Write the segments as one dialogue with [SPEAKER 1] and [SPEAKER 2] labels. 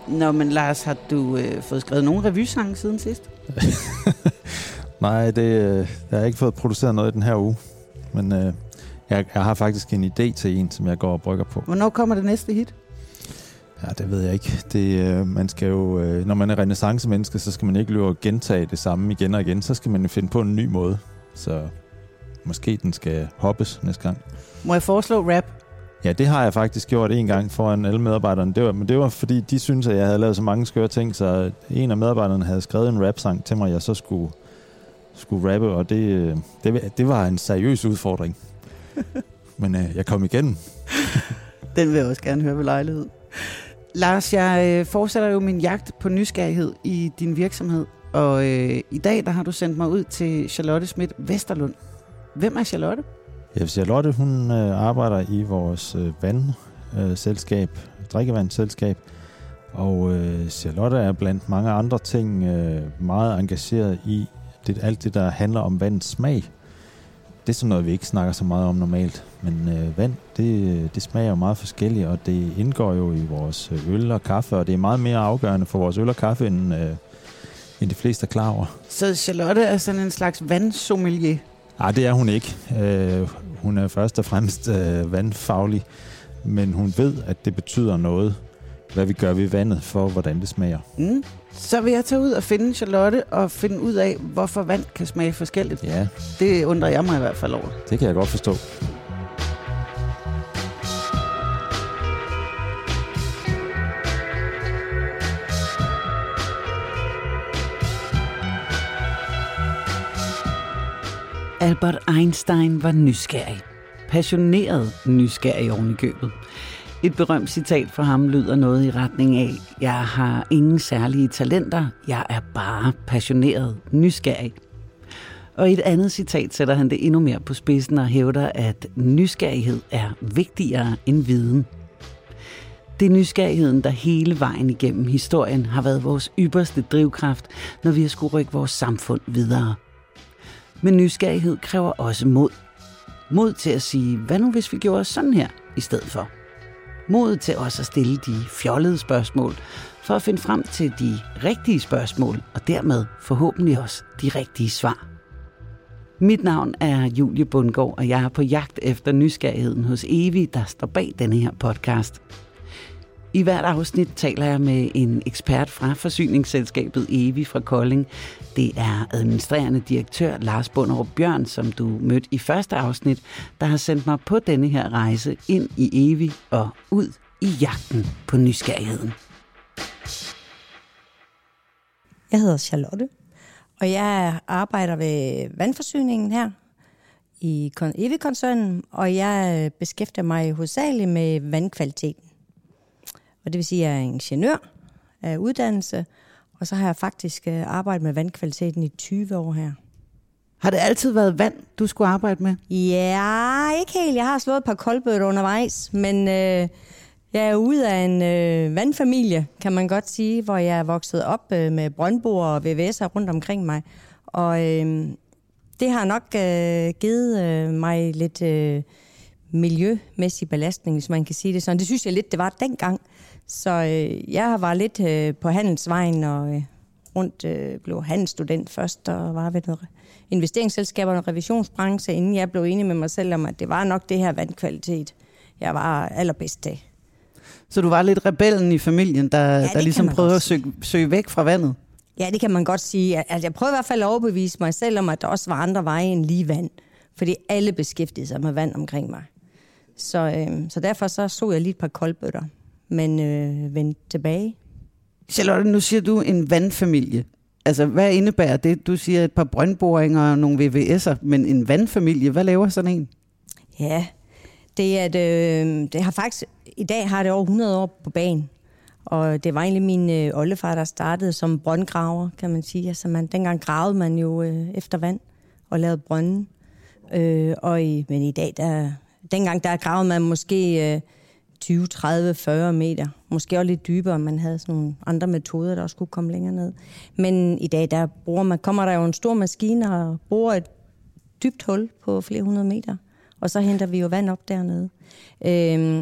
[SPEAKER 1] Nå, men Lars, har du fået skrevet nogle revysange siden sidst?
[SPEAKER 2] Nej, jeg har ikke fået produceret noget i den her uge. Men jeg har faktisk en idé til en, som jeg går og brygger på.
[SPEAKER 1] Hvornår kommer det næste hit?
[SPEAKER 2] Ja, det ved jeg ikke. Man skal jo, når man er renaissancemenneske, så skal man ikke løbe og gentage det samme igen og igen. Så skal man finde på en ny måde. Så måske den skal hoppes næste gang.
[SPEAKER 1] Må jeg foreslå rap?
[SPEAKER 2] Ja, det har jeg faktisk gjort en gang foran alle medarbejderne. Men det var fordi, de syntes, at jeg havde lavet så mange skøre ting, så en af medarbejderne havde skrevet en rapsang til mig, jeg så skulle rappe, og det var en seriøs udfordring. Men jeg kom igennem.
[SPEAKER 1] Den vil jeg også gerne høre ved lejlighed. Lars, jeg fortsætter jo min jagt på nysgerrighed i din virksomhed, og i dag der har du sendt mig ud til Charlotte Schmidt Vesterlund. Hvem er Charlotte?
[SPEAKER 2] Ja, Charlotte, hun arbejder i vores vandselskab, drikkevandsselskab, og Charlotte er blandt mange andre ting meget engageret i alt det, der handler om vandets smag. Det er sådan noget, vi ikke snakker så meget om normalt, men vand, det smager jo meget forskelligt, og det indgår jo i vores øl og kaffe, og det er meget mere afgørende for vores øl og kaffe, end de fleste er klar over.
[SPEAKER 1] Så Charlotte er sådan en slags vandsommelier?
[SPEAKER 2] Nej, det er hun ikke. Hun er først og fremmest vandfaglig, men hun ved, at det betyder noget, hvad vi gør ved vandet, for hvordan det smager.
[SPEAKER 1] Så vil jeg tage ud og finde Charlotte og finde ud af, hvorfor vand kan smage forskelligt.
[SPEAKER 2] Ja.
[SPEAKER 1] Det undrer jeg mig i hvert fald over.
[SPEAKER 2] Det kan jeg godt forstå.
[SPEAKER 1] Albert Einstein var nysgerrig. Passioneret nysgerrig oven i købet. Et berømt citat fra ham lyder noget i retning af: jeg har ingen særlige talenter, jeg er bare passioneret nysgerrig. Og i et andet citat sætter han det endnu mere på spidsen og hævder, at nysgerrighed er vigtigere end viden. Det er nysgerrigheden, der hele vejen igennem historien har været vores ypperste drivkraft, når vi har skulle rykke vores samfund videre. Men nysgerrighed kræver også mod. Mod til at sige, hvad nu hvis vi gjorde sådan her i stedet for? Mod til også at stille de fjollede spørgsmål, for at finde frem til de rigtige spørgsmål, og dermed forhåbentlig også de rigtige svar. Mit navn er Julie Bundgaard, og jeg er på jagt efter nysgerrigheden hos Evi, der står bag denne her podcast. I hvert afsnit taler jeg med en ekspert fra forsyningsselskabet Evi fra Kolding. Det er administrerende direktør Lars Bunderup Bjørn, som du mødte i første afsnit, der har sendt mig på denne her rejse ind i Evi og ud i jagten på nysgerrigheden.
[SPEAKER 3] Jeg hedder Charlotte, og jeg arbejder ved vandforsyningen her i Evi-koncernen, og jeg beskæftiger mig hovedsageligt med vandkvaliteten. Og det vil sige, at jeg er ingeniør af uddannelse, og så har jeg faktisk arbejdet med vandkvaliteten i 20 år her.
[SPEAKER 1] Har det altid været vand, du skulle arbejde med?
[SPEAKER 3] Ja, ikke helt. Jeg har slået et par koldbøtter undervejs, men jeg er ude af en vandfamilie, kan man godt sige, hvor jeg er vokset op med brøndboer og VVS'er rundt omkring mig. Og det har nok givet mig lidt miljømæssig belastning, hvis man kan sige det sådan. Det synes jeg lidt, det var dengang. Så jeg var lidt på handelsvejen og blev handelsstudent først, og var ved noget investeringsselskaber og revisionsbranche, inden jeg blev enig med mig selv om, at det var nok det her vandkvalitet, jeg var allerbedst til.
[SPEAKER 1] Så du var lidt rebellen i familien, der ligesom prøvede at søge væk fra vandet?
[SPEAKER 3] Ja, det kan man godt sige. Altså, jeg prøvede i hvert fald at overbevise mig selv om, at der også var andre veje end lige vand. Fordi alle beskæftigede sig med vand omkring mig. Så derfor så jeg lige et par koldbøtter, men vendte tilbage.
[SPEAKER 1] Charlotte, nu siger du en vandfamilie. Altså, hvad indebærer det? Du siger et par brøndboringer og nogle VVS'er, men en vandfamilie, hvad laver sådan en?
[SPEAKER 3] Ja, det har faktisk, i dag har det over 100 år på banen. Og det var egentlig min oldefar, der startede som brøndgraver, kan man sige. Altså, dengang gravede man jo efter vand og lavede brønden. Men i dag, dengang der gravede man måske 20, 30, 40 meter. Måske også lidt dybere, man havde sådan nogle andre metoder, der også kunne komme længere ned. Men i dag, kommer der jo en stor maskine og borer et dybt hul på flere hundrede meter. Og så henter vi jo vand op dernede.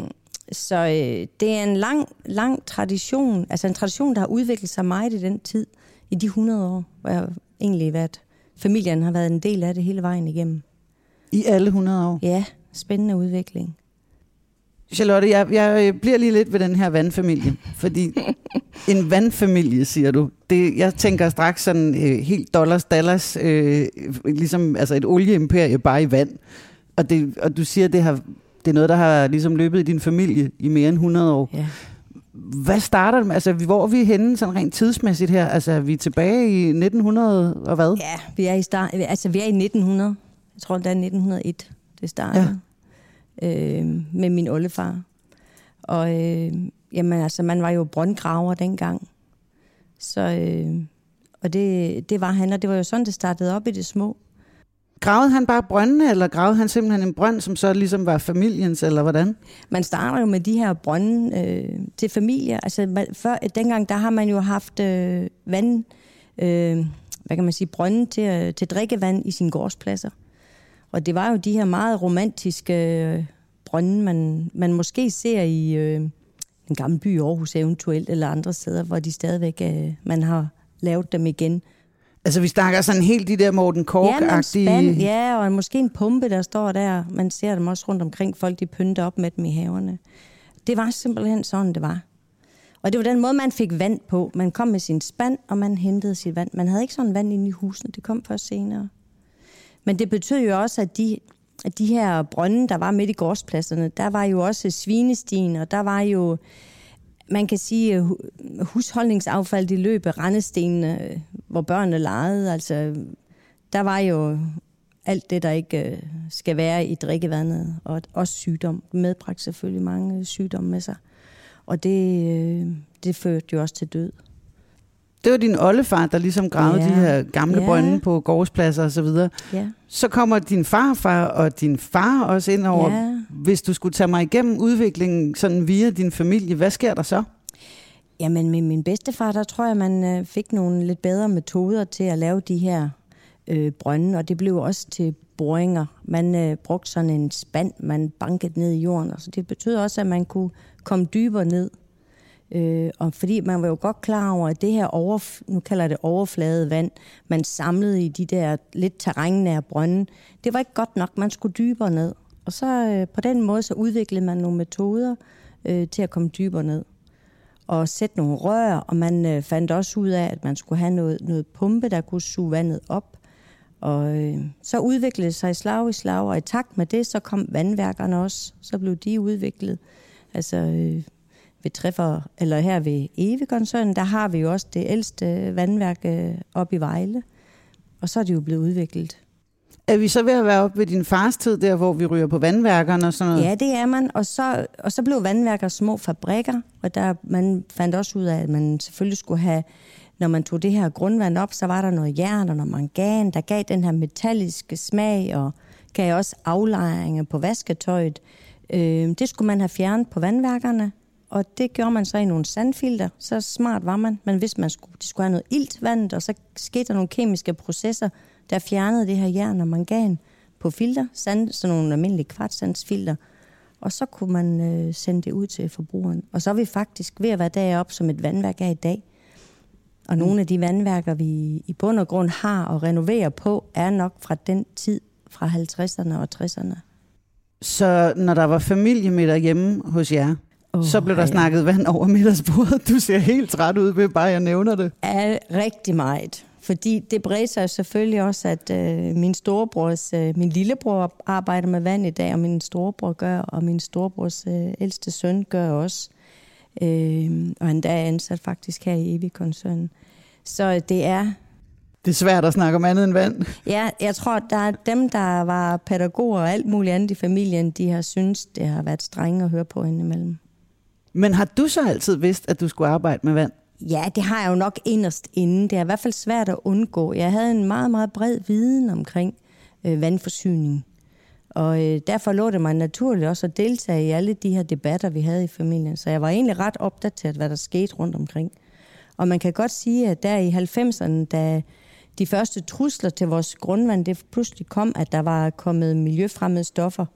[SPEAKER 3] Så det er en lang tradition, altså en tradition, der har udviklet sig meget i den tid, i de 100 år, hvor jeg egentlig familien har været en del af det hele vejen igennem.
[SPEAKER 1] I alle 100 år?
[SPEAKER 3] Ja, spændende udvikling.
[SPEAKER 1] Charlotte, jeg bliver lige lidt ved den her vandfamilie, fordi en vandfamilie, siger du. Jeg tænker straks sådan helt dollars, ligesom altså et olieimperie bare i vand. Og du siger, det er noget, der har ligesom løbet i din familie i mere end 100 år.
[SPEAKER 3] Ja.
[SPEAKER 1] Hvad starter det med? Altså, hvor er vi henne sådan rent tidsmæssigt her? Altså, er vi tilbage i 1900 og hvad?
[SPEAKER 3] Ja, vi er i 1900. Jeg tror, det er 1901, det startede. Ja. Med min oldefar. Og jamen, altså, man var jo brøndgraver dengang. Så, og det var han, og det var jo sådan, det startede op i det små.
[SPEAKER 1] Gravede han bare brøndene, eller gravede han simpelthen en brønd, som så ligesom var familiens, eller hvordan?
[SPEAKER 3] Man starter jo med de her brønde til familier. Altså, dengang, der har man jo haft vand, hvad kan man sige, brønde til drikkevand i sine gårdspladser. Og det var jo de her meget romantiske brønde, man måske ser i en gammel by i Aarhus eventuelt, eller andre steder, hvor de stadigvæk, man har lavet dem igen.
[SPEAKER 1] Altså, vi snakker sådan helt de der Morten Korch-agtige...
[SPEAKER 3] Ja, og måske en pumpe, der står der. Man ser dem også rundt omkring. Folk, de pynter op med dem i haverne. Det var simpelthen sådan, det var. Og det var den måde, man fik vand på. Man kom med sin spand, og man hentede sit vand. Man havde ikke sådan vand inde i husene. Det kom først senere. Men det betød jo også, at de her brønde, der var midt i gårdspladserne, der var jo også svinestien, og der var jo, man kan sige, husholdningsaffald i løb af rendestenene, hvor børnene legede. Altså, der var jo alt det, der ikke skal være i drikkevandet, og også sygdom. Det medbragte selvfølgelig mange sygdomme med sig. Og det førte jo også til død.
[SPEAKER 1] Det var din oldefar, der ligesom gravede de her gamle brønde på gårdspladser og så videre. Ja. Så kommer din farfar og din far også ind over. Ja. Hvis du skulle tage mig igennem udviklingen sådan via din familie, hvad sker der så?
[SPEAKER 3] Jamen med min bedstefar, der tror jeg, man fik nogle lidt bedre metoder til at lave de her brønde, og det blev også til boringer. Man brugte sådan en spand, man bankede ned i jorden, og så det betød også, at man kunne komme dybere ned. Og fordi man var jo godt klar over, at det her nu kalder det overflade vand, man samlede i de der lidt terrænnære brønde, det var ikke godt nok, man skulle dybere ned. Og så på den måde, så udviklede man nogle metoder til at komme dybere ned. Og sætte nogle rør, og man fandt også ud af, at man skulle have noget pumpe, der kunne suge vandet op. Og så udviklede det sig slag i slag, og i takt med det, så kom vandværkerne også. Så blev de udviklet. Altså her ved EVE-koncernen, der har vi jo også det ældste vandværk op i Vejle. Og så er det jo blevet udviklet.
[SPEAKER 1] Er vi så ved at være oppe ved din fars tid, der hvor vi ryger på vandværkerne og sådan noget?
[SPEAKER 3] Ja, det er man. Og så blev vandværker små fabrikker, og man fandt også ud af, at man selvfølgelig skulle have, når man tog det her grundvand op, så var der noget jern og noget mangan, der gav den her metalliske smag, og gav også aflejringer på vasketøjet. Det skulle man have fjernet på vandværkerne, og det gjorde man så i nogle sandfilter. Så smart var man. Man vidste, de skulle have noget iltvand, og så skete der nogle kemiske processer, der fjernede det her jern og mangan på filter, sådan nogle almindelige kvartsandsfilter, og så kunne man sende det ud til forbrugeren. Og så er vi faktisk ved at være deroppe, som et vandværk er i dag. Og nogle af de vandværker, vi i bund og grund har og renoverer på, er nok fra den tid, fra 50'erne og 60'erne.
[SPEAKER 1] Så når der var familiemiddag hjemme hos jer, så blev der snakket vand over middagsbordet. Du ser helt træt ud ved bare, jeg nævner det.
[SPEAKER 3] Ja, rigtig meget. Fordi det bredte sig selvfølgelig også, at min lillebror arbejder med vand i dag, og min storebror gør, og min storebrors ældste søn gør også. Og han er ansat faktisk her i EVE-koncernen. Så det er...
[SPEAKER 1] Det er svært at snakke om andet end vand.
[SPEAKER 3] Ja, jeg tror, der er dem, der var pædagoger og alt muligt andet i familien, de har syntes, det har været strenge at høre på indimellem. Men
[SPEAKER 1] har du så altid vidst, at du skulle arbejde med vand?
[SPEAKER 3] Ja, det har jeg jo nok inderst inde. Det er i hvert fald svært at undgå. Jeg havde en meget, meget bred viden omkring vandforsyning. Og derfor lå det mig naturligt også at deltage i alle de her debatter, vi havde i familien. Så jeg var egentlig ret opdateret, hvad der skete rundt omkring. Og man kan godt sige, at der i 90'erne, da de første trusler til vores grundvand, det pludselig kom, at der var kommet miljøfremmede stoffer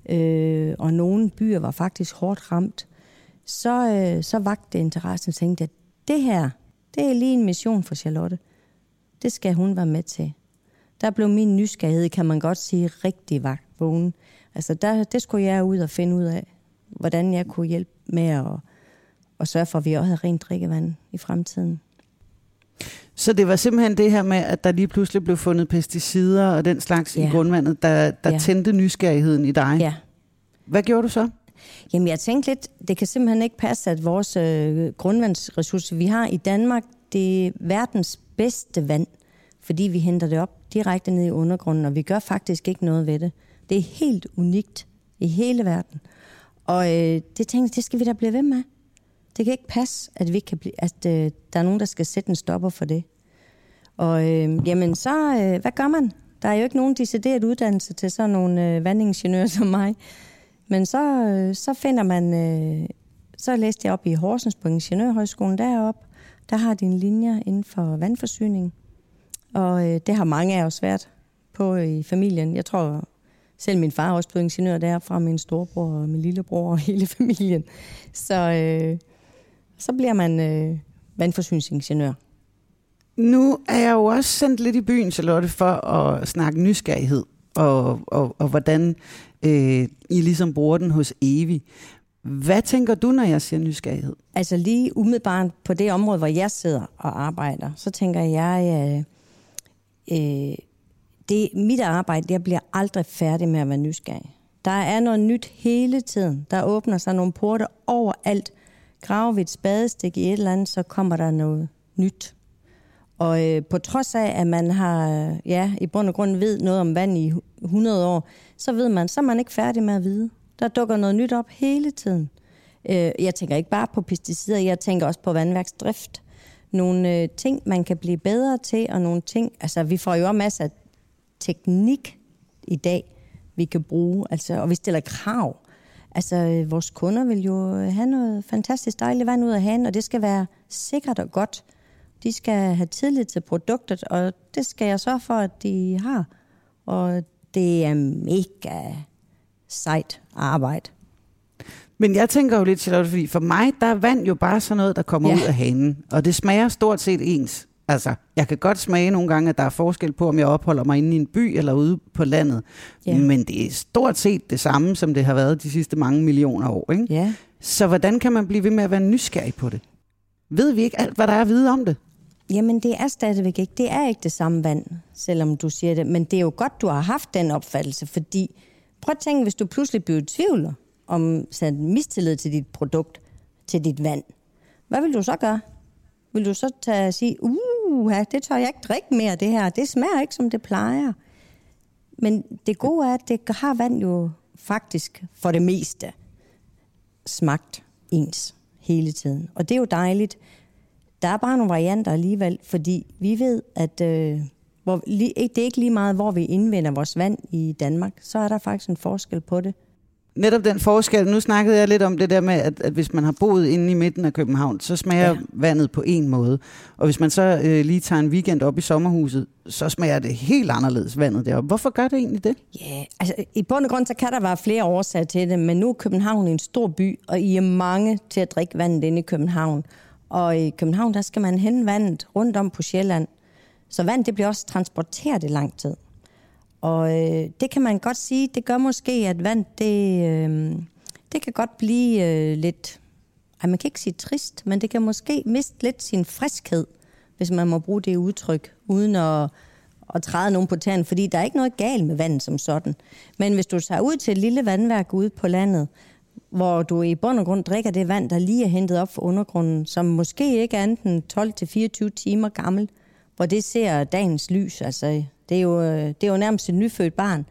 [SPEAKER 3] og nogle byer var faktisk hårdt ramt, så vagte interessen, og tænkte, at det her, det er lige en mission for Charlotte. Det skal hun være med til. Der blev min nysgerrighed, kan man godt sige, rigtig vågen. Altså det skulle jeg ud og finde ud af, hvordan jeg kunne hjælpe med at sørge for, at vi også havde rent drikkevand i fremtiden.
[SPEAKER 1] Så det var simpelthen det her med, at der lige pludselig blev fundet pesticider og den slags i grundvandet, der tændte nysgerrigheden i dig?
[SPEAKER 3] Ja.
[SPEAKER 1] Hvad gjorde du så?
[SPEAKER 3] Jamen jeg tænkte lidt, det kan simpelthen ikke passe, at vores grundvandsressourcer, vi har i Danmark, det er verdens bedste vand, fordi vi henter det op direkte ned i undergrunden, og vi gør faktisk ikke noget ved det. Det er helt unikt i hele verden. Og det tænkte jeg, det skal vi da blive ved med. Det kan ikke passe, at vi kan blive, at der er nogen, der skal sætte en stopper for det. Og jamen så, hvad gør man? Der er jo ikke nogen decideret uddannelse til sådan nogle vandingeniører som mig. Men så finder man, så læste jeg op i Horsens på Ingeniørhøjskolen deroppe. Der har de en linje inden for vandforsyning. Og det har mange af os været på i familien. Jeg tror selv min far også blev ingeniør deroppe fra min storebror og min lillebror og hele familien. Så bliver man vandforsyningsingeniør.
[SPEAKER 1] Nu er jeg jo også sendt lidt i byen, Charlotte, for at snakke nysgerrighed, og hvordan I ligesom bruger den hos Evi. Hvad tænker du, når jeg siger nysgerrighed?
[SPEAKER 3] Altså lige umiddelbart på det område, hvor jeg sidder og arbejder, så tænker jeg, mit arbejde, jeg bliver aldrig færdig med at være nysgerrig. Der er noget nyt hele tiden. Der åbner sig nogle porte overalt. Graver vi et spadestik i et eller andet, så kommer der noget nyt. Og på trods af, at man har, i bund og grund ved noget om vand i 100 år, så ved man, så er man ikke færdig med at vide. Der dukker noget nyt op hele tiden. Jeg tænker ikke bare på pesticider, jeg tænker også på vandværksdrift. Nogle ting, man kan blive bedre til, og nogle ting, altså vi får jo masser af teknik i dag, vi kan bruge, altså, og vi stiller krav. Altså, vores kunder vil jo have noget fantastisk dejligt vand ud af hanen, og det skal være sikkert og godt. De skal have tillid til produktet, og det skal jeg sørge for, at de har. Og det er mega sejt arbejde.
[SPEAKER 1] Men jeg tænker jo lidt, Charlotte, fordi for mig, der er vand jo bare sådan noget, der kommer ud af hanen. Og det smager stort set ens. Altså, jeg kan godt smage nogle gange, at der er forskel på, om jeg opholder mig inde i en by eller ude på landet. Ja. Men det er stort set det samme, som det har været de sidste mange millioner år, ikke?
[SPEAKER 3] Ja.
[SPEAKER 1] Så hvordan kan man blive ved med at være nysgerrig på det? Ved vi ikke alt, hvad der er at vide om det?
[SPEAKER 3] Jamen, det er stadigvæk ikke. Det er ikke det samme vand, selvom du siger det. Men det er jo godt, du har haft den opfattelse, fordi prøv at tænke, hvis du pludselig bliver i tvivl om mistillid til dit produkt, til dit vand. Hvad vil du så gøre? Vil du så sige, det tør jeg ikke drikke mere, det her. Det smager ikke, som det plejer. Men det gode er, at det har vand jo faktisk for det meste smagt ens hele tiden. Og det er jo dejligt. Der er bare nogle varianter alligevel, fordi vi ved, at det er ikke lige meget, hvor vi indvinder vores vand i Danmark. Så er der faktisk en forskel på det.
[SPEAKER 1] Netop den forskel, nu snakkede jeg lidt om det der med, at hvis man har boet inde i midten af København, så smager vandet på en måde. Og hvis man så lige tager en weekend op i sommerhuset, så smager det helt anderledes vandet deroppe. Hvorfor gør det egentlig det?
[SPEAKER 3] Ja, altså i bund og grund, så kan der være flere årsager til det, men nu er København en stor by, og I er mange til at drikke vandet inde i København. Og i København, der skal man hente vandet rundt om på Sjælland. Så vand, det bliver også transporteret i lang tid. Og det kan man godt sige, det gør måske, at vand, det kan godt blive lidt, man kan ikke sige trist, men det kan måske miste lidt sin friskhed, hvis man må bruge det udtryk, uden at træde nogen på tæerne, fordi der er ikke noget galt med vand som sådan. Men hvis du tager ud til et lille vandværk ude på landet, hvor du i bund og grund drikker det vand, der lige er hentet op fra undergrunden, som måske ikke er enten 12-24 timer gammel, hvor det ser dagens lys, altså det er jo nærmest et nyfødt barn,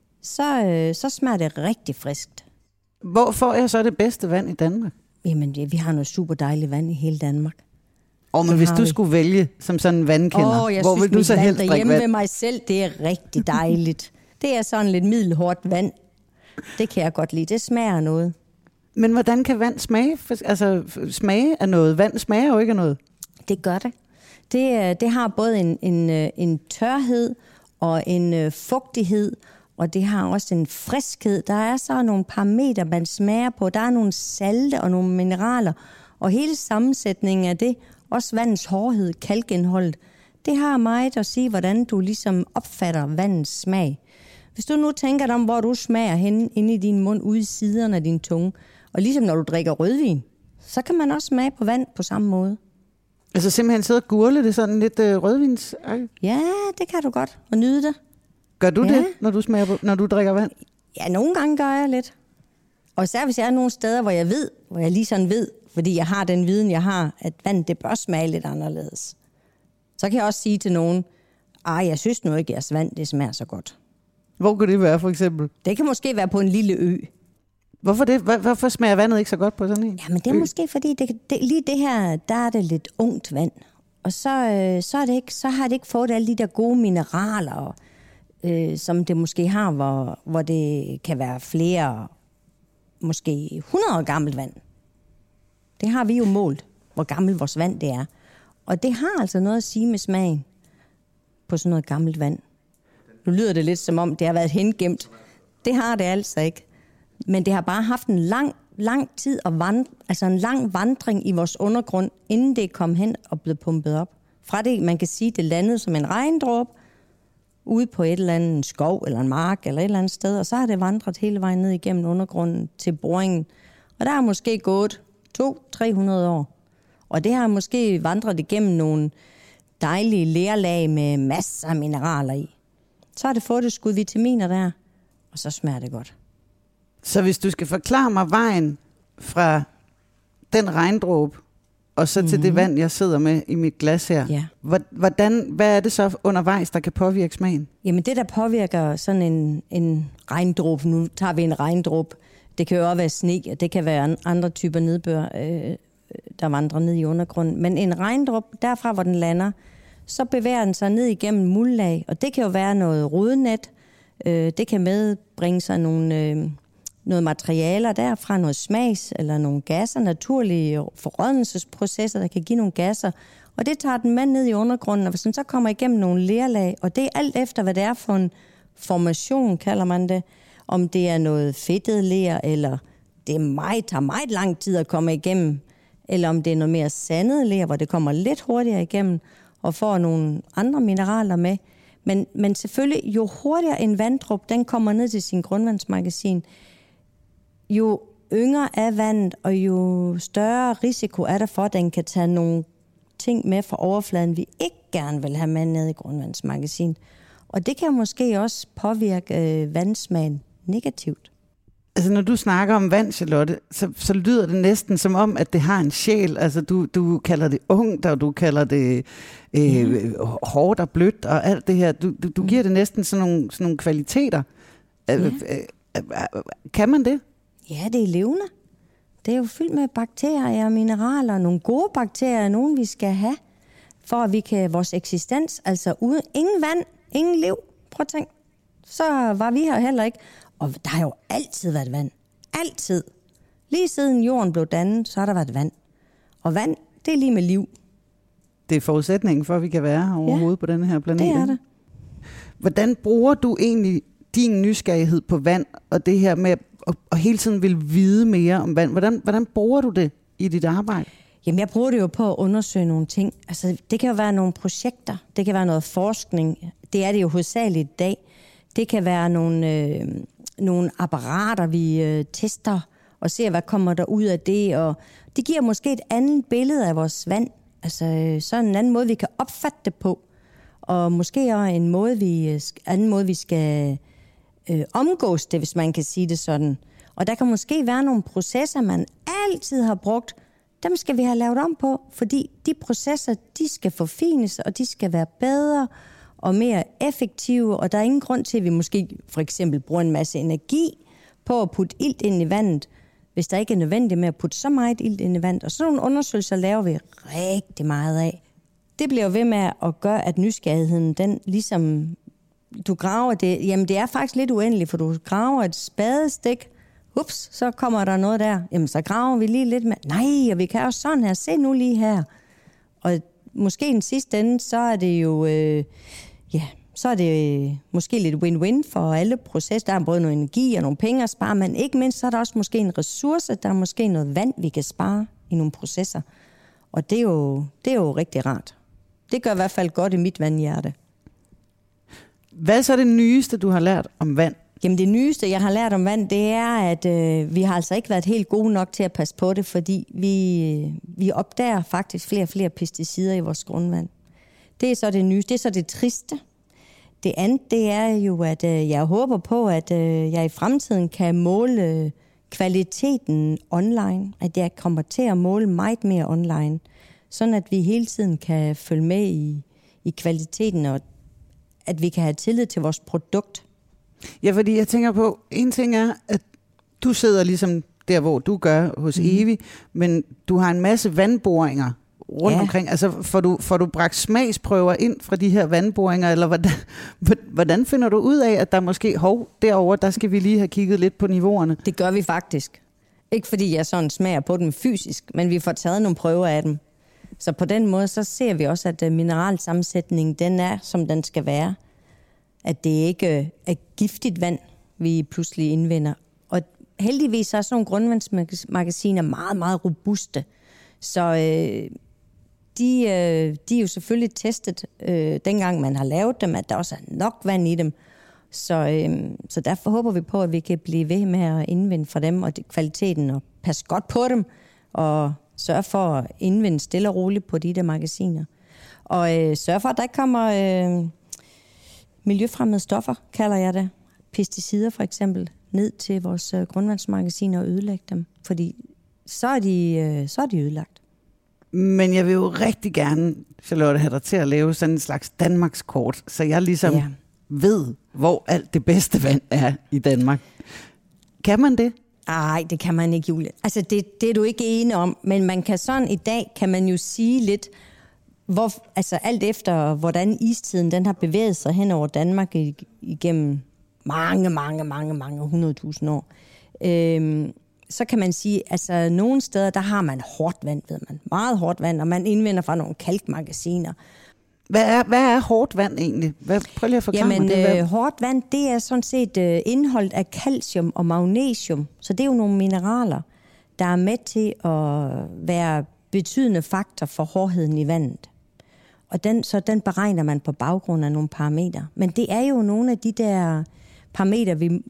[SPEAKER 3] så smager det rigtig friskt.
[SPEAKER 1] Hvor får jeg så det bedste vand i Danmark?
[SPEAKER 3] Jamen, vi har noget super dejligt vand i hele Danmark.
[SPEAKER 1] Men hvis du skulle vælge som sådan en vandkender, hvor vil du så helst drikke vand?
[SPEAKER 3] Hjemme med mig selv, det er rigtig dejligt. Det er sådan lidt middelhårdt vand. Det kan jeg godt lide. Det smager noget.
[SPEAKER 1] Men hvordan kan vand smage? Altså smage af noget. Vand smager jo ikke af noget.
[SPEAKER 3] Det gør det. Det har både en tørhed og en fugtighed og det har også en friskhed. Der er så nogle parametre, man smager på. Der er nogle salte og nogle mineraler, og hele sammensætningen af det, også vandets hårdhed, kalkindholdet, det har meget at sige, hvordan du ligesom opfatter vandets smag. Hvis du nu tænker dig om, hvor du smager hen inde i din mund, ude i siderne af din tunge, og ligesom når du drikker rødvin, så kan man også smage på vand på samme måde.
[SPEAKER 1] Altså simpelthen sidde og gurle det sådan lidt rødvins?
[SPEAKER 3] Ja, det kan du godt, og nyde det.
[SPEAKER 1] Gør du det, når du drikker vand?
[SPEAKER 3] Ja, nogle gange gør jeg lidt. Og især hvis jeg er nogle steder, hvor jeg lige sådan ved, fordi jeg har den viden, jeg har, at vand, det bør smage lidt anderledes. Så kan jeg også sige til nogen, jeg synes nu ikke, at jeres vand, det smager så godt.
[SPEAKER 1] Hvor kan det være, for eksempel?
[SPEAKER 3] Det kan måske være på en lille ø.
[SPEAKER 1] Hvorfor det? Hvorfor smager vandet ikke så godt på sådan en?
[SPEAKER 3] Jamen, det er måske, fordi lige det her, der er det lidt ungt vand. Og så har det ikke fået alle de der gode mineraler, som det måske har, hvor det kan være flere, måske 100 år gammelt vand. Det har vi jo målt, hvor gammelt vores vand det er. Og det har altså noget at sige med smagen på sådan noget gammelt vand. Nu lyder det lidt som om, det har været hengemt. Det har det altså ikke. Men det har bare haft en lang tid altså en lang vandring i vores undergrund, inden det kom hen og blev pumpet op. Fra det, man kan sige, det landede som en regndråbe ude på et eller andet skov eller en mark eller et eller andet sted, og så har det vandret hele vejen ned igennem undergrunden til boringen. Og der er måske gået 200-300 år. Og det har måske vandret igennem nogle dejlige lerlag med masser af mineraler i. Så har det fået et skud vitaminer der, og så smager det godt.
[SPEAKER 1] Så hvis du skal forklare mig vejen fra den regndråbe, og så til det vand, jeg sidder med i mit glas her,
[SPEAKER 3] ja.
[SPEAKER 1] Hvad er det så undervejs, der kan påvirke smagen?
[SPEAKER 3] Jamen det, der påvirker sådan en regndråbe, nu tager vi en regndråbe, det kan jo også være sne, og det kan være andre typer nedbør, der vandrer ned i undergrunden. Men en regndråbe, derfra hvor den lander, så bevæger den sig ned igennem muldlag, og det kan jo være noget rodnet, det kan medbringe sig noget materialer derfra, noget smags eller nogle gasser, naturlige forrådnelsesprocesser, der kan give nogle gasser, og det tager den med ned i undergrunden, og hvis den så kommer igennem nogle lerlag, og det er alt efter, hvad det er for en formation, kalder man det, om det er noget fedtet ler, eller det tager meget lang tid at komme igennem, eller om det er noget mere sandet ler, hvor det kommer lidt hurtigere igennem, og får nogle andre mineraler med. Men selvfølgelig, jo hurtigere en vanddråbe, den kommer ned til sin grundvandsmagasin, jo yngre er vandet, og jo større risiko er der for, at den kan tage nogle ting med fra overfladen, vi ikke gerne vil have med ned i grundvandsmagasin. Og det kan måske også påvirke vandsmagen negativt.
[SPEAKER 1] Altså når du snakker om vand, Charlotte, så lyder det næsten som om, at det har en sjæl. Altså du kalder det ungt, og du kalder det hårdt og blødt og alt det her. Du giver det næsten sådan nogle kvaliteter. Kan man det?
[SPEAKER 3] Ja, det er levende. Det er jo fyldt med bakterier og mineraler, nogle gode bakterier, nogle vi skal have, for at vi kan vores eksistens, altså uden ingen vand, ingen liv. Prøv at tænke. Så var vi her heller ikke. Og der har jo altid været vand. Altid. Lige siden jorden blev dannet, så har der været vand. Og vand, det er lige med liv.
[SPEAKER 1] Det er forudsætningen for, at vi kan være her overhovedet på denne her planet.
[SPEAKER 3] Det er det.
[SPEAKER 1] Hvordan bruger du egentlig din nysgerrighed på vand, og det her med at hele tiden vil vide mere om vand? Hvordan bruger du det i dit arbejde?
[SPEAKER 3] Jamen, jeg bruger det jo på at undersøge nogle ting. Altså, det kan jo være nogle projekter. Det kan være noget forskning. Det er det jo hovedsageligt i dag. Det kan være nogle apparater, vi tester og ser, hvad kommer der ud af det. Og det giver måske et andet billede af vores vand. Altså, så en anden måde, vi kan opfatte det på. Og måske også en anden måde, vi skal omgås det, hvis man kan sige det sådan. Og der kan måske være nogle processer, man altid har brugt. Dem skal vi have lavet om på, fordi de processer, de skal forfines, og de skal være bedre og mere effektive, og der er ingen grund til, at vi måske for eksempel bruger en masse energi på at putte ilt ind i vandet, hvis der ikke er nødvendigt med at putte så meget ilt ind i vandet. Og sådan nogle undersøgelser laver vi rigtig meget af. Det bliver ved med at gøre, at nysgerrigheden, den ligesom, du graver det, jamen det er faktisk lidt uendeligt, for du graver et spadestik, ups, så kommer der noget der, jamen så graver vi lige lidt med, nej, og vi kan også sådan her, se nu lige her. Og måske den sidste ende, så er det jo, så er det måske lidt win-win for alle processer. Der er både noget energi og nogle penge at spare, men ikke mindst så er der også måske en ressource, der er måske noget vand, vi kan spare i nogle processer. Og det er jo rigtig rart. Det gør i hvert fald godt i mit vandhjerte.
[SPEAKER 1] Hvad er så det nyeste, du har lært om vand?
[SPEAKER 3] Jamen det nyeste, jeg har lært om vand, det er, at vi har altså ikke været helt gode nok til at passe på det, fordi vi opdager faktisk flere og flere pesticider i vores grundvand. Det er så det nyeste, det er så det triste. Det andet, det er jo, at jeg håber på, at jeg i fremtiden kan måle kvaliteten online. At jeg kommer til at måle meget mere online. Sådan at vi hele tiden kan følge med i kvaliteten, og at vi kan have tillid til vores produkt.
[SPEAKER 1] Ja, fordi jeg tænker på, en ting er, at du sidder ligesom der, hvor du gør hos Evi, men du har en masse vandboringer rundt omkring. Altså får du bragt smagsprøver ind fra de her vandboringer, eller hvordan finder du ud af, at der måske, derovre, der skal vi lige have kigget lidt på niveauerne?
[SPEAKER 3] Det gør vi faktisk. Ikke fordi jeg sådan smager på dem fysisk, men vi får taget nogle prøver af dem. Så på den måde, så ser vi også, at mineralsammensætningen, den er, som den skal være. At det ikke er giftigt vand, vi pludselig indvinder. Og heldigvis er sådan nogle grundvandsmagasiner meget, meget robuste. Så de er jo selvfølgelig testet, dengang man har lavet dem, at der også er nok vand i dem. Så derfor håber vi på, at vi kan blive ved med at indvinde fra dem, og kvaliteten, og passe godt på dem, og sørge for at indvinde stille og roligt på de der magasiner. Og sørge for, at der ikke kommer miljøfremmede stoffer, kalder jeg det. Pesticider for eksempel, ned til vores grundvandsmagasiner og ødelægge dem. Fordi så er de ødelagt.
[SPEAKER 1] Men jeg vil jo rigtig gerne, Charlotte, have dig til at lave sådan en slags Danmarkskort, så jeg ligesom ved, hvor alt det bedste vand er i Danmark. Kan man det?
[SPEAKER 3] Nej, det kan man ikke, Julie. Altså, det er du ikke enig om, men man kan sådan i dag, kan man jo sige lidt, alt efter, hvordan istiden den har bevæget sig hen over Danmark igennem mange 100.000 år. Så kan man sige, altså nogle steder, der har man hårdt vand, ved man. Meget hårdt vand, og man indvinder fra nogle kalkmagasiner.
[SPEAKER 1] Hvad er hårdt vand egentlig? Prøv lige at forklare mig det.
[SPEAKER 3] Hårdt vand, det er sådan set indholdet af calcium og magnesium. Så det er jo nogle mineraler, der er med til at være betydende faktor for hårdheden i vandet. Og den beregner man på baggrund af nogle parametre. Men det er jo nogle af de der parametre,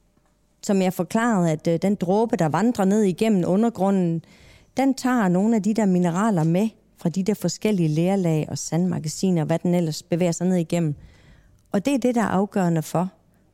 [SPEAKER 3] som jeg forklarede, at den dråbe, der vandrer ned igennem undergrunden, den tager nogle af de der mineraler med fra de der forskellige lerlag og sandmagasiner, hvad den ellers bevæger sig ned igennem. Og det er det, der er afgørende for,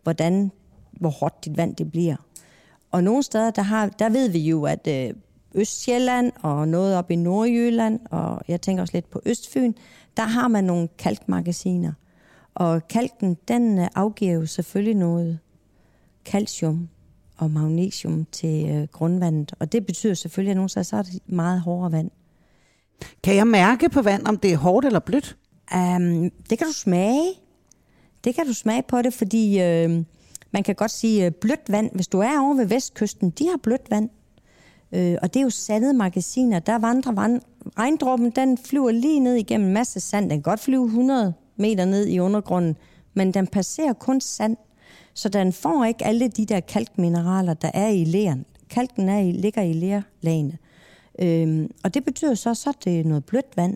[SPEAKER 3] hvor hårdt dit vand det bliver. Og nogle steder, der ved vi jo, at Østsjælland og noget op i Nordjylland, og jeg tænker også lidt på Østfyn, der har man nogle kalkmagasiner. Og kalken, den afgiver jo selvfølgelig noget calcium og magnesium til grundvandet. Og det betyder selvfølgelig, at nogle steder, så er det meget hårdere vand.
[SPEAKER 1] Kan jeg mærke på vand, om det er hårdt eller blødt?
[SPEAKER 3] Det kan du smage. Det kan du smage på det, fordi man kan godt sige blødt vand. Hvis du er over ved vestkysten, de har blødt vand. Og det er jo sandede magasiner. Der vandrer regndråben, den flyver lige ned igennem en masse sand. Den kan godt flyve 100 meter ned i undergrunden, men den passerer kun sand. Så den får ikke alle de der kalkmineraler, der er i leren. Kalken ligger i lerlagene. Og det betyder så at det er noget blødt vand.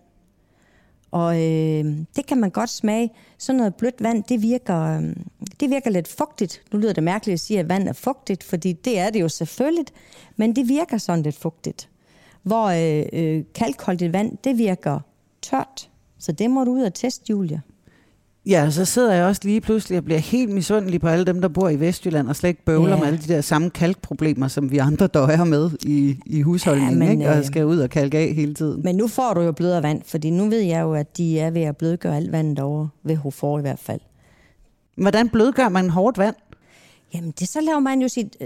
[SPEAKER 3] Og det kan man godt smage. Sådan noget blødt vand, det virker lidt fugtigt. Nu lyder det mærkeligt at sige, at vand er fugtigt, fordi det er det jo selvfølgelig. Men det virker sådan lidt fugtigt. Hvor kalkholdigt vand, det virker tørt. Så det må du ud og teste, Julia.
[SPEAKER 1] Ja, så sidder jeg også lige pludselig og bliver helt misundelig på alle dem, der bor i Vestjylland og slet ikke bøvler med alle de der samme kalkproblemer, som vi andre døjer med i husholdningen, ikke? Og skal ud og kalke af hele tiden. Men
[SPEAKER 3] nu får du jo blødere vand, fordi nu ved jeg jo, at de er ved at blødgøre alt vandet over ved Hofor i hvert fald.
[SPEAKER 1] Hvordan blødgør man hårdt vand?
[SPEAKER 3] Jamen, så laver man jo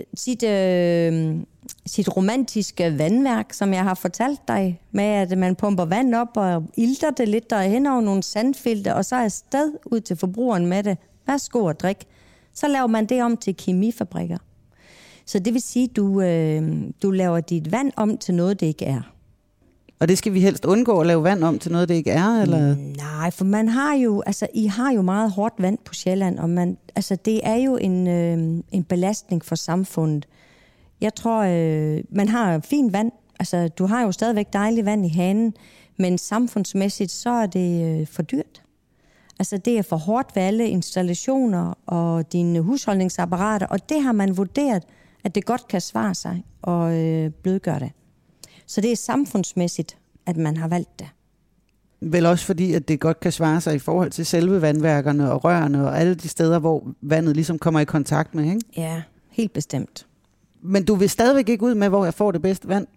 [SPEAKER 3] sit romantiske vandværk, som jeg har fortalt dig, med at man pumper vand op og ilter det lidt der hen over nogle sandfilter, og så er afsted ud til forbrugeren med det. Værsgo og drik. Så laver man det om til kemifabrikker. Så det vil sige, du laver dit vand om til noget, det ikke er.
[SPEAKER 1] Og det skal vi helst undgå at lave vand om til noget, det ikke er? Eller?
[SPEAKER 3] Nej, for man har jo, altså I har jo meget hårdt vand på Sjælland, og det er jo en belastning for samfundet. Jeg tror, man har fint vand. Altså, du har jo stadigvæk dejligt vand i hanen, men samfundsmæssigt, så er det for dyrt. Altså, det er for hårdt ved alle installationer og dine husholdningsapparater, og det har man vurderet, at det godt kan svare sig og blødgøre det. Så det er samfundsmæssigt, at man har valgt det.
[SPEAKER 1] Vel også fordi, at det godt kan svare sig i forhold til selve vandværkerne og rørene og alle de steder, hvor vandet ligesom kommer i kontakt med, ikke?
[SPEAKER 3] Ja, helt bestemt.
[SPEAKER 1] Men du vil stadigvæk ikke ud med, hvor jeg får det bedste vand?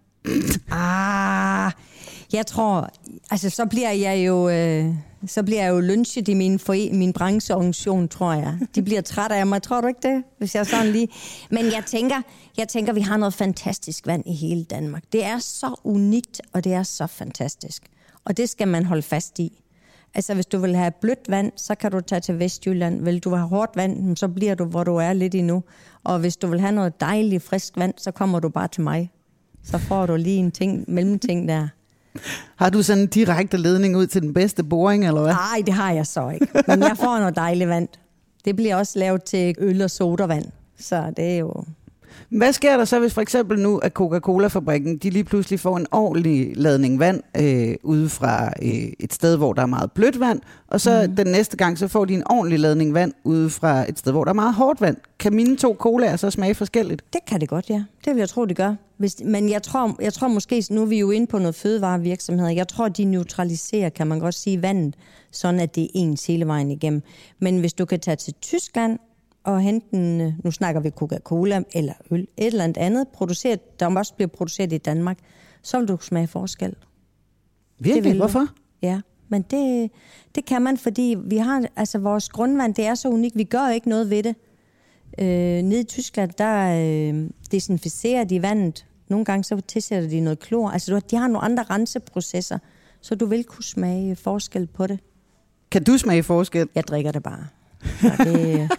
[SPEAKER 3] Jeg tror, altså så bliver jeg jo lynchet i min brancheorganisation, tror jeg. De bliver trætte af mig, tror du ikke det? Hvis jeg sådan lige. Men jeg tænker, vi har noget fantastisk vand i hele Danmark. Det er så unikt, og det er så fantastisk. Og det skal man holde fast i. Altså hvis du vil have blødt vand, så kan du tage til Vestjylland. Vil du have hårdt vand, så bliver du, hvor du er lidt endnu. Og hvis du vil have noget dejligt, frisk vand, så kommer du bare til mig. Så får du lige en mellemting der.
[SPEAKER 1] Har du sådan en direkte ledning ud til den bedste boring, eller hvad?
[SPEAKER 3] Nej, det har jeg så ikke. Men jeg får noget dejligt vand. Det bliver også lavet til øl og sodavand. Så det er jo...
[SPEAKER 1] Hvad sker der så, hvis for eksempel nu, at Coca-Cola-fabrikken, de lige pludselig får en ordentlig ladning vand ude fra et sted, hvor der er meget blødt vand, og så den næste gang, så får de en ordentlig ladning vand ude fra et sted, hvor der er meget hårdt vand. Kan mine 2 colaer så smage forskelligt?
[SPEAKER 3] Det kan det godt, ja. Det vil jeg tro, det gør. Men jeg tror måske, nu er vi jo inde på noget fødevarevirksomheder, jeg tror, de neutraliserer, kan man godt sige, vandet, sådan at det er ens hele vejen igennem. Men hvis du kan tage til Tyskland, og hente nu snakker vi Coca-Cola eller øl, et eller andet produceret, der også bliver produceret i Danmark, så vil du smage forskel.
[SPEAKER 1] Virkelig? Hvorfor?
[SPEAKER 3] Ja, men det kan man, fordi vi har, altså vores grundvand, det er så unikt, vi gør ikke noget ved det. Nede i Tyskland, der desinficerer de vandet. Nogle gange så tilsætter de noget klor. Altså de har nogle andre renseprocesser, så du vil kunne smage forskel på det.
[SPEAKER 1] Kan du smage forskel?
[SPEAKER 3] Jeg drikker det bare. Det...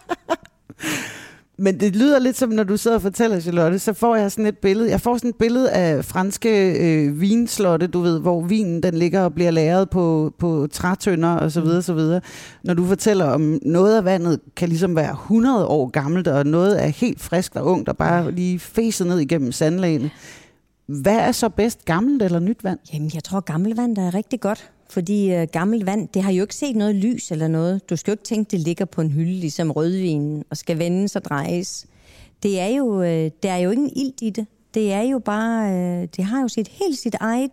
[SPEAKER 1] Men det lyder lidt som, når du sidder og fortæller, Charlotte, så får jeg sådan et billede. Jeg får sådan et billede af franske vinslotte, du ved, hvor vinen den ligger og bliver lagret på trætønder og så videre, så videre. Når du fortæller om noget af vandet kan ligesom være 100 år gammelt, og noget er helt friskt og ungt og bare lige fæset ned igennem sandlagene. Hvad er så bedst, gammelt eller nyt vand?
[SPEAKER 3] Jamen, jeg tror, gammelt vand der er rigtig godt. Fordi gammelt vand, det har jo ikke set noget lys eller noget. Du skal jo ikke tænke, det ligger på en hylde, ligesom rødvinen, og skal vendes og drejes. Der er jo ingen ilt i det. Det er jo bare, det har jo sit eget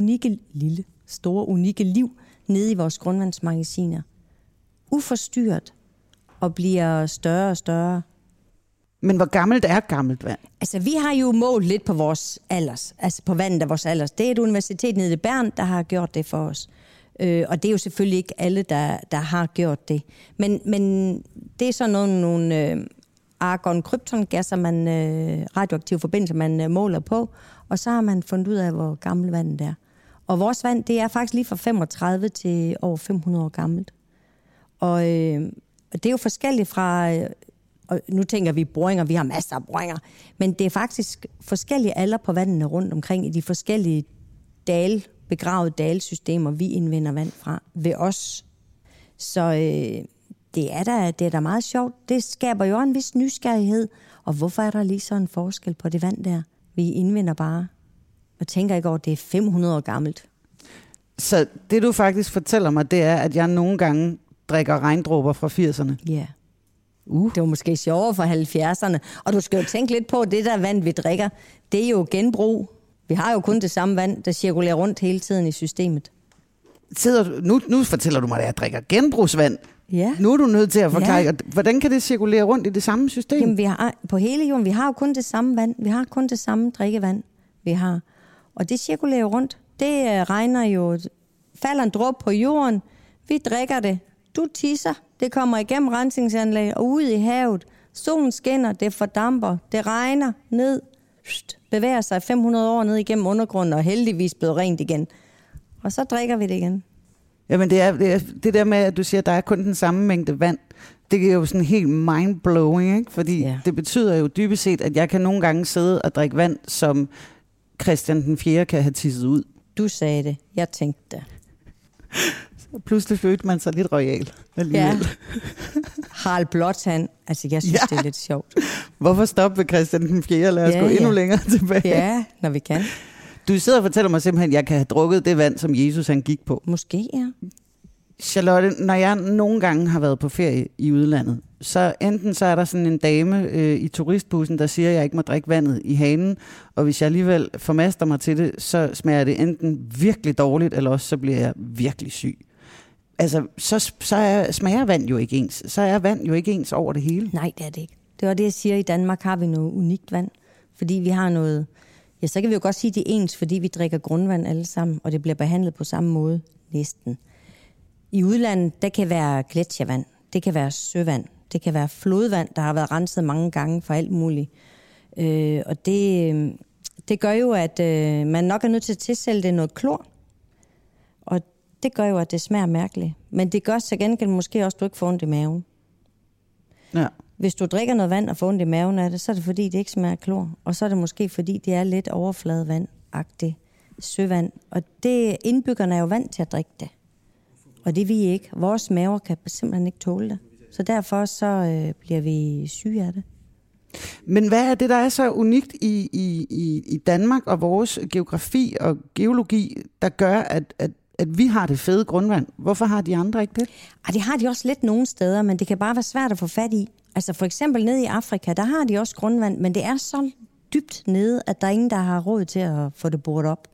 [SPEAKER 3] store unikke liv nede i vores grundvandsmagasiner. Uforstyrret og bliver større og større.
[SPEAKER 1] Men hvor gammelt er gammelt vand?
[SPEAKER 3] Altså, vi har jo målt lidt på vores alders, altså på vandet af vores alders. Det er et universitet nede i Bern, der har gjort det for os. Og det er jo selvfølgelig ikke alle, der har gjort det. Men det er så nogle argon-krypton-gasser, radioaktive forbindelser, man måler på. Og så har man fundet ud af, hvor gammelt vandet er. Og vores vand, det er faktisk lige fra 35 til over 500 år gammelt. Og det er jo forskelligt fra... Og nu tænker vi boringer, vi har masser af boringer, men det er faktisk forskellige alder på vandene rundt omkring i de forskellige begravede dalsystemer, vi indvinder vand fra ved os. Så det er da meget sjovt. Det skaber jo en vis nysgerrighed. Og hvorfor er der lige sådan en forskel på det vand der? Vi indvinder bare. Og tænker ikke over, at det er 500 år gammelt.
[SPEAKER 1] Så det du faktisk fortæller mig, det er, at jeg nogle gange drikker regndråber fra 80'erne.
[SPEAKER 3] Ja. Yeah. Det var måske sjovere for 70'erne. Og du skal jo tænke lidt på, at det der vand, vi drikker, det er jo genbrug. Vi har jo kun det samme vand, der cirkulerer rundt hele tiden i systemet.
[SPEAKER 1] Nu fortæller du mig, at jeg drikker genbrugsvand.
[SPEAKER 3] Ja.
[SPEAKER 1] Nu er du nødt til at forklare, ja. Hvordan kan det cirkulere rundt i det samme system?
[SPEAKER 3] Jamen, på hele jorden, vi har jo kun det samme vand. Vi har kun det samme drikkevand, vi har. Og det cirkulerer rundt. Det regner jo, falder en dråbe på jorden. Vi drikker det. Du tisser. Det kommer igennem rensningsanlæg og ud i havet. Solen skinner, det fordamper, det regner ned, bevæger sig 500 år ned igennem undergrunden og heldigvis blevet rent igen. Og så drikker vi det igen.
[SPEAKER 1] Jamen det der med, at du siger, at der er kun den samme mængde vand, det er jo sådan helt mind-blowing, ikke? Fordi det betyder jo dybest set, at jeg kan nogle gange sidde og drikke vand, som Christian den 4. kan have tisset ud.
[SPEAKER 3] Du sagde det. Jeg tænkte det.
[SPEAKER 1] Pludselig følte man sig lidt royal alligevel.
[SPEAKER 3] Ja. Harald Blåtand. Altså, jeg synes, det er lidt sjovt.
[SPEAKER 1] Hvorfor stoppe ved Christian den 4. Lad os gå endnu længere tilbage.
[SPEAKER 3] Ja, når vi kan.
[SPEAKER 1] Du sidder og fortæller mig simpelthen, at jeg kan have drukket det vand, som Jesus han gik på.
[SPEAKER 3] Måske, ja.
[SPEAKER 1] Charlotte, når jeg nogle gange har været på ferie i udlandet, så enten så er der sådan en dame i turistbussen, der siger, at jeg ikke må drikke vandet i hanen, og hvis jeg alligevel formaster mig til det, så smager det enten virkelig dårligt, eller også så bliver jeg virkelig syg. Altså, smager vand jo ikke ens. Så er vand jo ikke ens over det hele.
[SPEAKER 3] Nej, det er det ikke. Det var det, jeg siger. I Danmark har vi noget unikt vand, fordi vi har noget... Ja, så kan vi jo godt sige, at det er ens, fordi vi drikker grundvand alle sammen, og det bliver behandlet på samme måde næsten. I udlandet, der kan være gletsjervand, det kan være søvand, det kan være flodvand, der har været renset mange gange for alt muligt. Og det gør jo, at man nok er nødt til at tilsætte det noget klor. Og det gør jo, at det smager mærkeligt. Men det gør så gengæld måske også, at du ikke får ondt i maven.
[SPEAKER 1] Ja. Hvis
[SPEAKER 3] du drikker noget vand og får ondt i maven af det, så er det fordi, det ikke smager klor. Og så er det måske fordi, det er lidt overfladevand-agtigt søvand. Og det indbyggerne er jo vant til at drikke det. Og det vi ikke. Vores maver kan simpelthen ikke tåle det. Så derfor så bliver vi syge af det.
[SPEAKER 1] Men hvad er det, der er så unikt i Danmark og vores geografi og geologi, der gør, at vi har det fede grundvand? Hvorfor har de andre ikke det?
[SPEAKER 3] Det har de også lidt nogle steder, men det kan bare være svært at få fat i. Altså for eksempel nede i Afrika, der har de også grundvand, men det er så dybt nede, at der er ingen, der har råd til at få det boret op.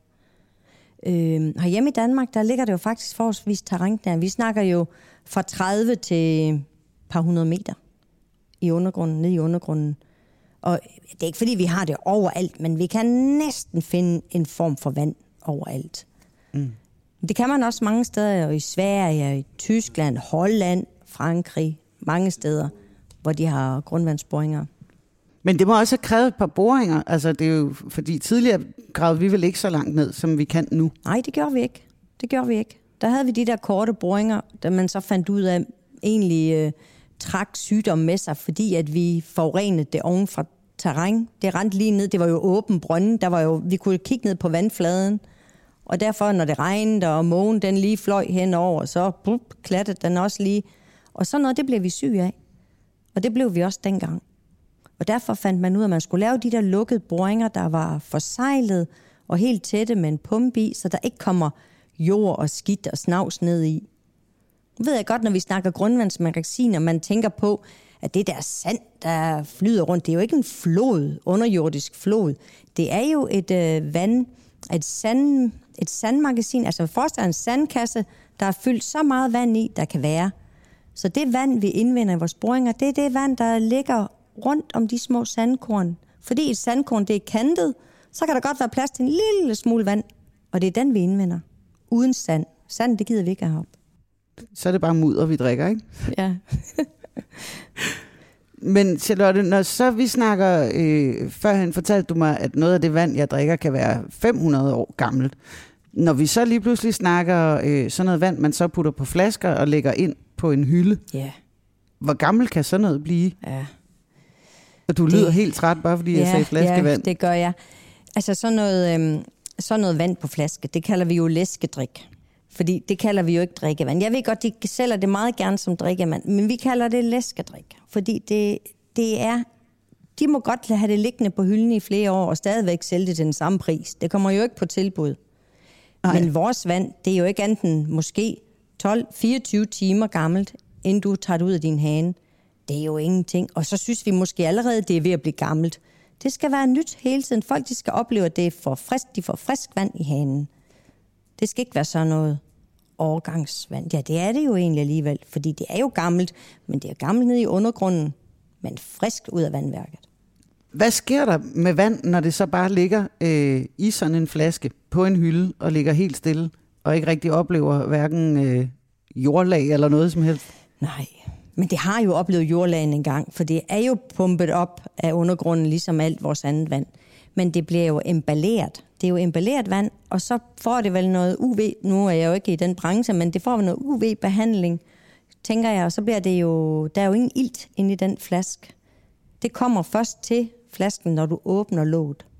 [SPEAKER 3] Herhjemme i Danmark, der ligger det jo faktisk forholdsvis terræn. Vi snakker jo fra 30 til et par 100 meter i undergrunden, nede i undergrunden. Og det er ikke fordi, vi har det overalt, men vi kan næsten finde en form for vand overalt. Mm. Det kan man også mange steder, i Sverige, i Tyskland, Holland, Frankrig, mange steder, hvor de har grundvandsboringer.
[SPEAKER 1] Men det må også have krævet et par boringer. Altså, det er jo, fordi tidligere gravede vi vel ikke så langt ned, som vi kan nu.
[SPEAKER 3] Nej, det gjorde vi ikke. Der havde vi de der korte boringer, der man så fandt ud af, egentlig trak sygdom med sig, fordi at vi forurenede det oven fra terræn. Det rendte lige ned, det var jo åben brønde, vi kunne kigge ned på vandfladen, og derfor, når det regnede, og mågen den lige fløj henover, så klattede den også lige. Og sådan noget, det blev vi syge af. Og det blev vi også dengang. Og derfor fandt man ud af, at man skulle lave de der lukkede boringer, der var forsejlet og helt tætte med en pumpe i, så der ikke kommer jord og skidt og snavs ned i. Nu ved jeg godt, når vi snakker grundvandsmagasiner, man tænker på, at det der sand, der flyder rundt, det er jo ikke en flod, underjordisk flod. Det er jo et sandmagasin, altså forestil dig en sandkasse, der er fyldt så meget vand i, der kan være. Så det vand, vi indvinder i vores boringer, det er det vand, der ligger rundt om de små sandkorn. Fordi et sandkorn, det er kantet, så kan der godt være plads til en lille smule vand. Og det er den, vi indvinder. Uden sand. Sand, det gider vi ikke have op.
[SPEAKER 1] Så er det bare mudder, vi drikker, ikke?
[SPEAKER 3] Ja.
[SPEAKER 1] Men Charlotte, når så vi snakker, førhen fortalte du mig, at noget af det vand, jeg drikker, kan være 500 år gammelt. Når vi så lige pludselig snakker sådan noget vand, man så putter på flasker og lægger ind på en hylde.
[SPEAKER 3] Ja.
[SPEAKER 1] Hvor gammel kan sådan noget blive?
[SPEAKER 3] Ja.
[SPEAKER 1] Og du lyder helt træt, bare fordi jeg sagde flaskevand.
[SPEAKER 3] Ja, det gør jeg. Altså sådan noget vand på flaske, det kalder vi jo læskedrik. Fordi det kalder vi jo ikke drikkevand. Jeg ved godt, de sælger det meget gerne som drikkevand, men vi kalder det læskedrik. Fordi det er... De må godt have det liggende på hylden i flere år, og stadigvæk sælge det til den samme pris. Det kommer jo ikke på tilbud. Ej. Men vores vand, det er jo ikke andet måske 12-24 timer gammelt, inden du tager det ud af din hane. Det er jo ingenting. Og så synes vi måske allerede, det er ved at blive gammelt. Det skal være nyt hele tiden. Folk, de skal opleve, at det er de får frisk vand i hanen. Det skal ikke være sådan noget årgangsvand. Ja, det er det jo egentlig alligevel, fordi det er jo gammelt, men det er gammelt nede i undergrunden, men frisk ud af vandværket.
[SPEAKER 1] Hvad sker der med vand, når det så bare ligger i sådan en flaske på en hylde og ligger helt stille, og ikke rigtig oplever hverken jordlag eller noget som helst?
[SPEAKER 3] Nej, men det har jo oplevet jordlagen engang, for det er jo pumpet op af undergrunden, ligesom alt vores andet vand. Men det bliver jo emballeret. Det er jo emballeret vand, og så får det vel noget UV. Nu er jeg jo ikke i den branche, men det får noget UV-behandling, tænker jeg. Og så bliver det jo... Der er jo ingen ilt inde i den flaske. Det kommer først til flasken, når du åbner låget.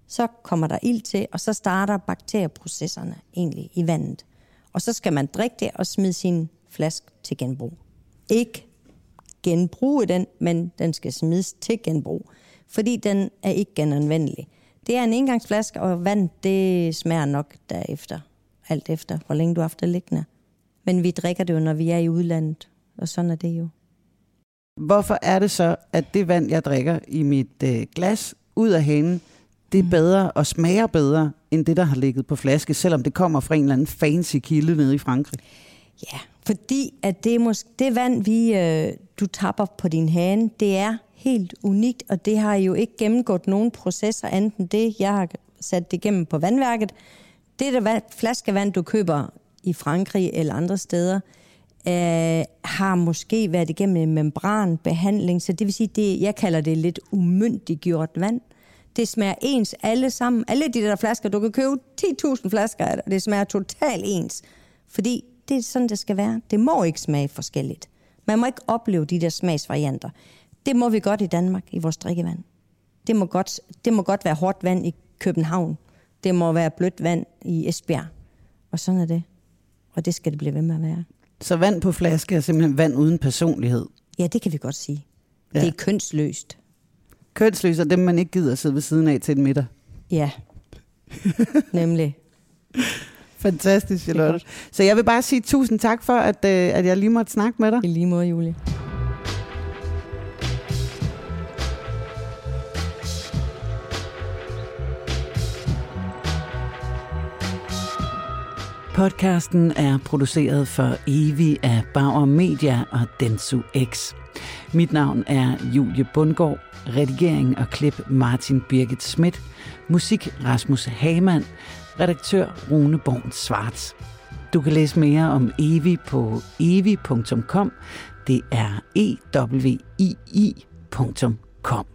[SPEAKER 3] så kommer der ild til, og så starter bakterieprocesserne egentlig i vandet. Og så skal man drikke det og smide sin flaske til genbrug. Ikke genbruge den, men den skal smides til genbrug, fordi den er ikke genanvendelig. Det er en engangsflaske, og vand, det smager nok derefter. Alt efter, hvor længe du har haft det liggende. Men vi drikker det jo, når vi er i udlandet, og sådan er det jo.
[SPEAKER 1] Hvorfor er det så, at det vand, jeg drikker i mit glas ud af hanen, det er bedre og smager bedre, end det, der har ligget på flaske, selvom det kommer fra en eller anden fancy kilde nede i Frankrig?
[SPEAKER 3] Ja, fordi at det vand, du tapper på din hane, det er helt unikt, og det har jo ikke gennemgået nogen processer, enten det, jeg har sat det igennem på vandværket. Det der flaskevand, du køber i Frankrig eller andre steder, har måske været igennem en membranbehandling, så det vil sige, jeg kalder det lidt umyndiggjort vand. Det smager ens alle sammen. Alle de der flasker, du kan købe 10.000 flasker af det, og det smager totalt ens. Fordi det er sådan, det skal være. Det må ikke smage forskelligt. Man må ikke opleve de der smagsvarianter. Det må vi godt i Danmark, i vores drikkevand. Det må godt være hårdt vand i København. Det må være blødt vand i Esbjerg. Og sådan er det. Og det skal det blive ved med at være.
[SPEAKER 1] Så vand på flaske er simpelthen vand uden personlighed?
[SPEAKER 3] Ja, det kan vi godt sige. Ja. Det er kønsløst.
[SPEAKER 1] Kønsløst er dem, man ikke gider at sidde ved siden af til en middag?
[SPEAKER 3] Ja, nemlig.
[SPEAKER 1] Fantastisk, Charlotte. Så jeg vil bare sige tusind tak for, at jeg lige måtte snakke med dig.
[SPEAKER 3] I lige måde, Julie.
[SPEAKER 1] Podcasten er produceret for Evi af Bauer Media og Densu X. Mit navn er Julie Bundgaard. Redigering og klip Martin Birgit Schmidt. Musik Rasmus Hamann. Redaktør Rune Born Schwartz. Du kan læse mere om Evi på evi.com. Det er ewii.com.